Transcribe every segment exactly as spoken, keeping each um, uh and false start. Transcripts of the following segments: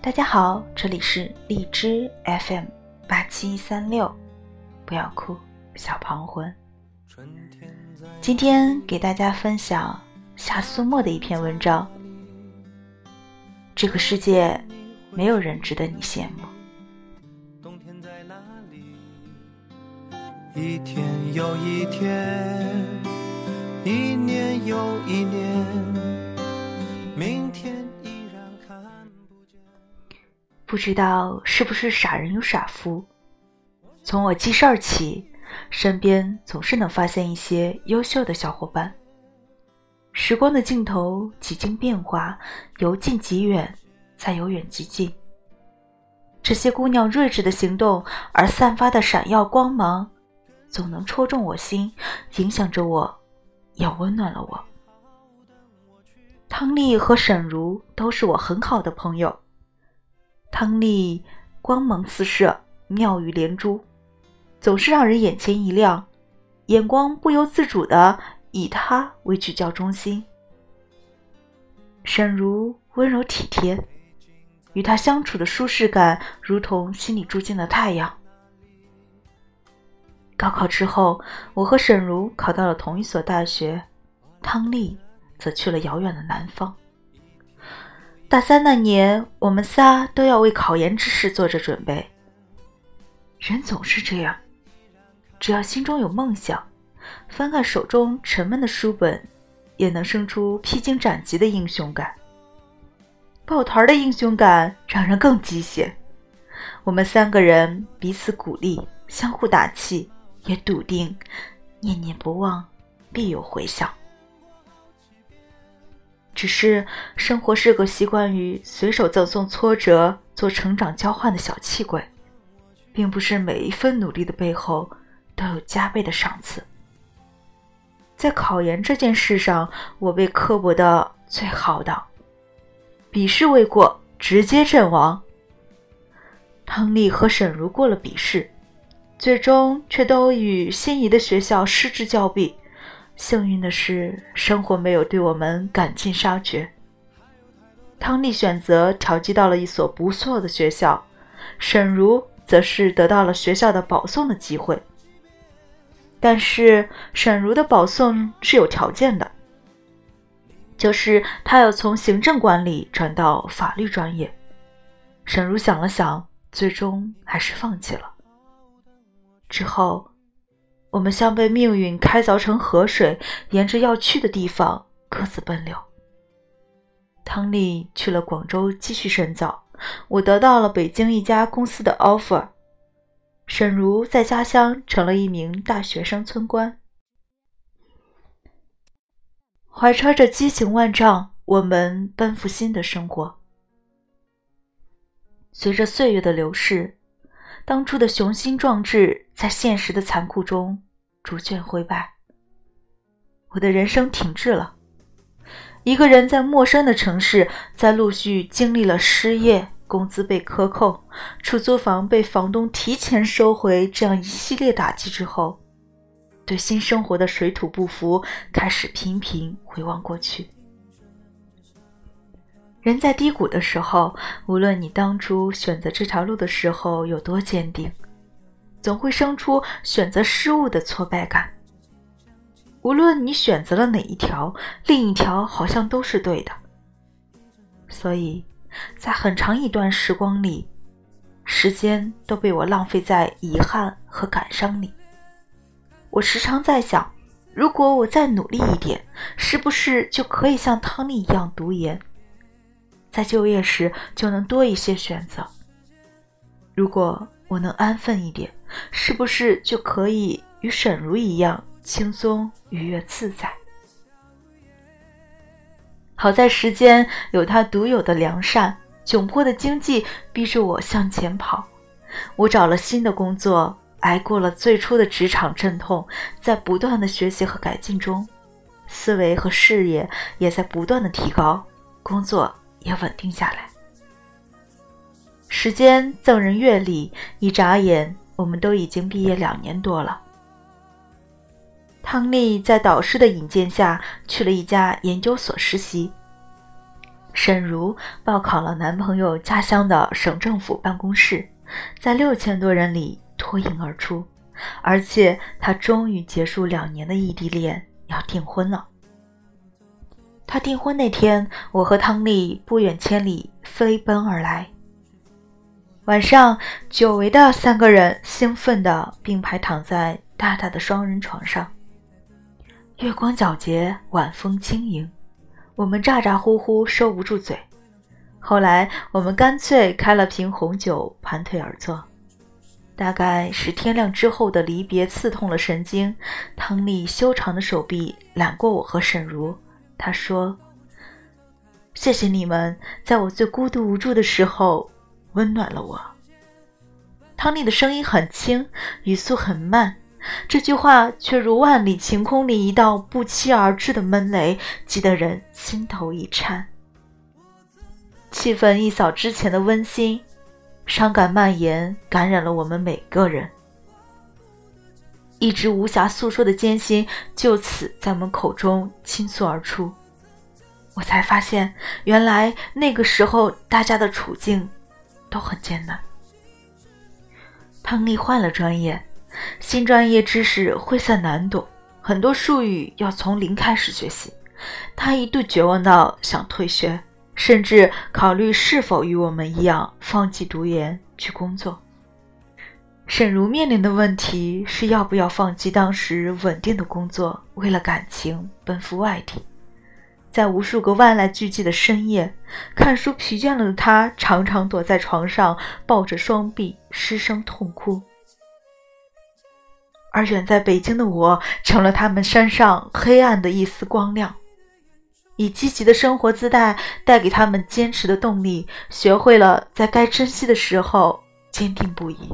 大家好，这里是荔枝 F M 八七三六，不要哭，小庞魂。今天给大家分享夏苏沫的一篇文章。这个世界没有人值得你羡慕。 一天又一天，一年又一年，明天依然看不见。 不知道是不是傻人有傻福，从我记事儿起，身边总是能发现一些优秀的小伙伴。时光的尽头几经变化，由近及远，再由远及近。这些姑娘睿智的行动而散发的闪耀光芒，总能戳中我心，影响着我，也温暖了我。汤丽和沈如都是我很好的朋友。汤丽光芒四射，妙语连珠，总是让人眼前一亮，眼光不由自主地以她为聚焦中心。沈如温柔体贴，与她相处的舒适感如同心里住进了太阳。高考之后，我和沈如考到了同一所大学，汤丽则去了遥远的南方。大三那年，我们仨都要为考研之事做着准备。人总是这样，只要心中有梦想，翻看手中沉闷的书本，也能生出披荆斩棘的英雄感。抱团的英雄感让人更鸡血。我们三个人彼此鼓励，相互打气，也笃定念念不忘必有回响。只是生活是个习惯于随手赠送挫折做成长交换的小气鬼，并不是每一份努力的背后都有加倍的赏赐。在考研这件事上，我被刻薄的最好的，笔试未过直接阵亡。汤丽和沈如过了笔试，最终却都与心仪的学校失之交臂。幸运的是，生活没有对我们赶尽杀绝。汤丽选择调剂到了一所不错的学校，沈如则是得到了学校的保送的机会。但是沈如的保送是有条件的，就是她要从行政管理转到法律专业。沈如想了想，最终还是放弃了。之后我们像被命运开凿成河水，沿着要去的地方各自奔流。汤丽去了广州继续深造，我得到了北京一家公司的 offer。 沈如在家乡成了一名大学生村官。怀揣着激情万丈，我们奔赴新的生活。随着岁月的流逝，当初的雄心壮志在现实的残酷中逐渐灰败。我的人生停滞了，一个人在陌生的城市，在陆续经历了失业、工资被克扣、出租房被房东提前收回这样一系列打击之后，对新生活的水土不服开始频频回望过去。人在低谷的时候，无论你当初选择这条路的时候有多坚定，总会生出选择失误的挫败感。无论你选择了哪一条，另一条好像都是对的。所以在很长一段时光里，时间都被我浪费在遗憾和感伤里。我时常在想，如果我再努力一点，是不是就可以像汤丽一样读研，在就业时就能多一些选择。如果我能安分一点，是不是就可以与沈如一样轻松愉悦自在。好在时间有它独有的良善，窘迫的经济逼着我向前跑。我找了新的工作，挨过了最初的职场阵痛，在不断的学习和改进中，思维和视野也在不断的提高，工作也稳定下来。时间赠人阅历，一眨眼我们都已经毕业两年多了。汤丽在导师的引荐下去了一家研究所实习， 沈如报考了男朋友家乡的省政府办公室，在六千多人里脱颖而出，而且她终于结束两年的异地恋，要订婚了。她订婚那天，我和汤丽不远千里飞奔而来。晚上，久违的三个人兴奋地并排躺在大大的双人床上，月光皎洁，晚风轻盈，我们咋咋呼呼收不住嘴。后来我们干脆开了瓶红酒，盘腿而坐。大概是天亮之后的离别刺痛了神经，汤丽修长的手臂揽过我和沈如，她说：谢谢你们在我最孤独无助的时候温暖了我。汤丽的声音很轻，语速很慢，这句话却如万里晴空里一道不期而至的闷雷，击得人心头一颤。气氛一扫之前的温馨，伤感蔓延，感染了我们每个人。一直无暇诉说的艰辛就此在我们口中倾诉而出。我才发现，原来那个时候大家的处境都很艰难。汤丽换了专业，新专业知识晦涩难懂，很多术语要从零开始学习。她一度绝望到想退学，甚至考虑是否与我们一样放弃读研去工作。沈如面临的问题是要不要放弃当时稳定的工作，为了感情奔赴外地。在无数个万籁俱寂的深夜，看书疲倦了的他常常躲在床上，抱着双臂失声痛哭。而远在北京的我，成了他们山上黑暗的一丝光亮，以积极的生活姿态带给他们坚持的动力，学会了在该珍惜的时候坚定不移。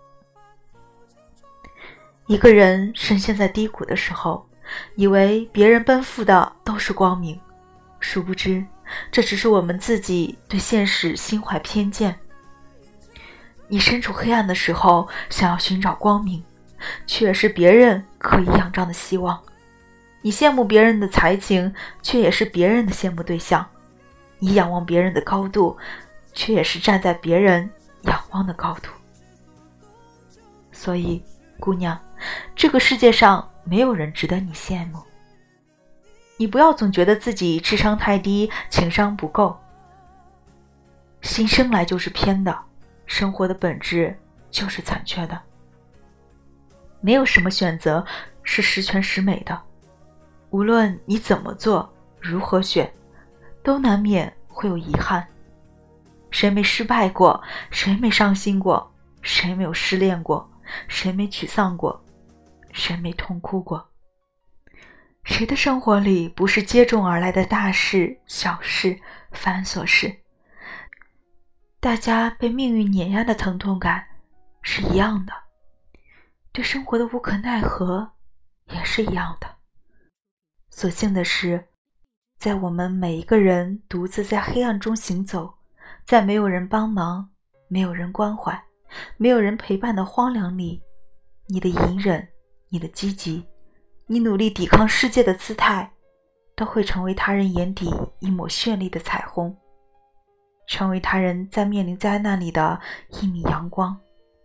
一个人深陷在低谷的时候，以为别人奔赴的都是光明，殊不知这只是我们自己对现实心怀偏见。你身处黑暗的时候想要寻找光明，却是别人可以仰仗的希望。你羡慕别人的才情，却也是别人的羡慕对象。你仰望别人的高度，却也是站在别人仰望的高度。所以姑娘，这个世界上没有人值得你羡慕。你不要总觉得自己智商太低，情商不够。心生来就是偏的，生活的本质就是残缺的。没有什么选择是十全十美的，无论你怎么做，如何选，都难免会有遗憾。谁没失败过？谁没伤心过？谁没有失恋过？谁没沮丧过？谁没痛哭过？谁的生活里不是接踵而来的大事、小事、繁琐事？大家被命运碾压的疼痛感是一样的，对生活的无可奈何也是一样的。所幸的是，在我们每一个人独自在黑暗中行走，在没有人帮忙、没有人关怀、没有人陪伴的荒凉里，你的隐忍，你的积极，你努力抵抗世界的姿态，都会成为他人眼底一抹绚丽的彩虹，成为他人在面临灾难里的一米阳光。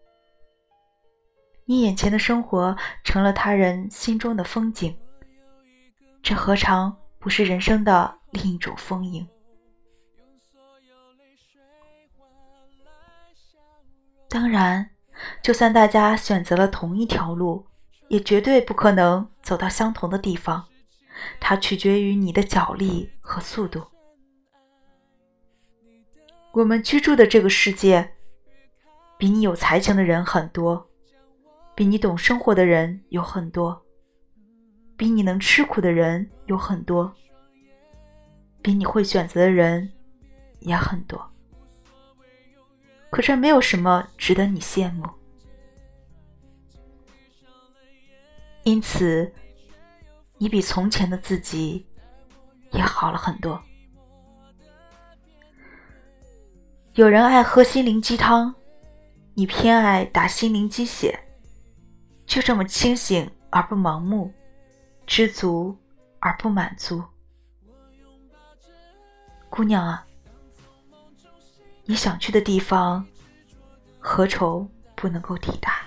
你眼前的生活成了他人心中的风景，这何尝不是人生的另一种丰盈？当然，就算大家选择了同一条路，也绝对不可能走到相同的地方，它取决于你的脚力和速度。我们居住的这个世界，比你有才情的人很多，比你懂生活的人有很多，比你能吃苦的人有很多，比你会选择的人也很多。可这没有什么值得你羡慕。因此，你比从前的自己也好了很多。有人爱喝心灵鸡汤，你偏爱打心灵鸡血。就这么清醒而不盲目，知足而不满足。 姑娘啊，你想去的地方，何愁不能够抵达？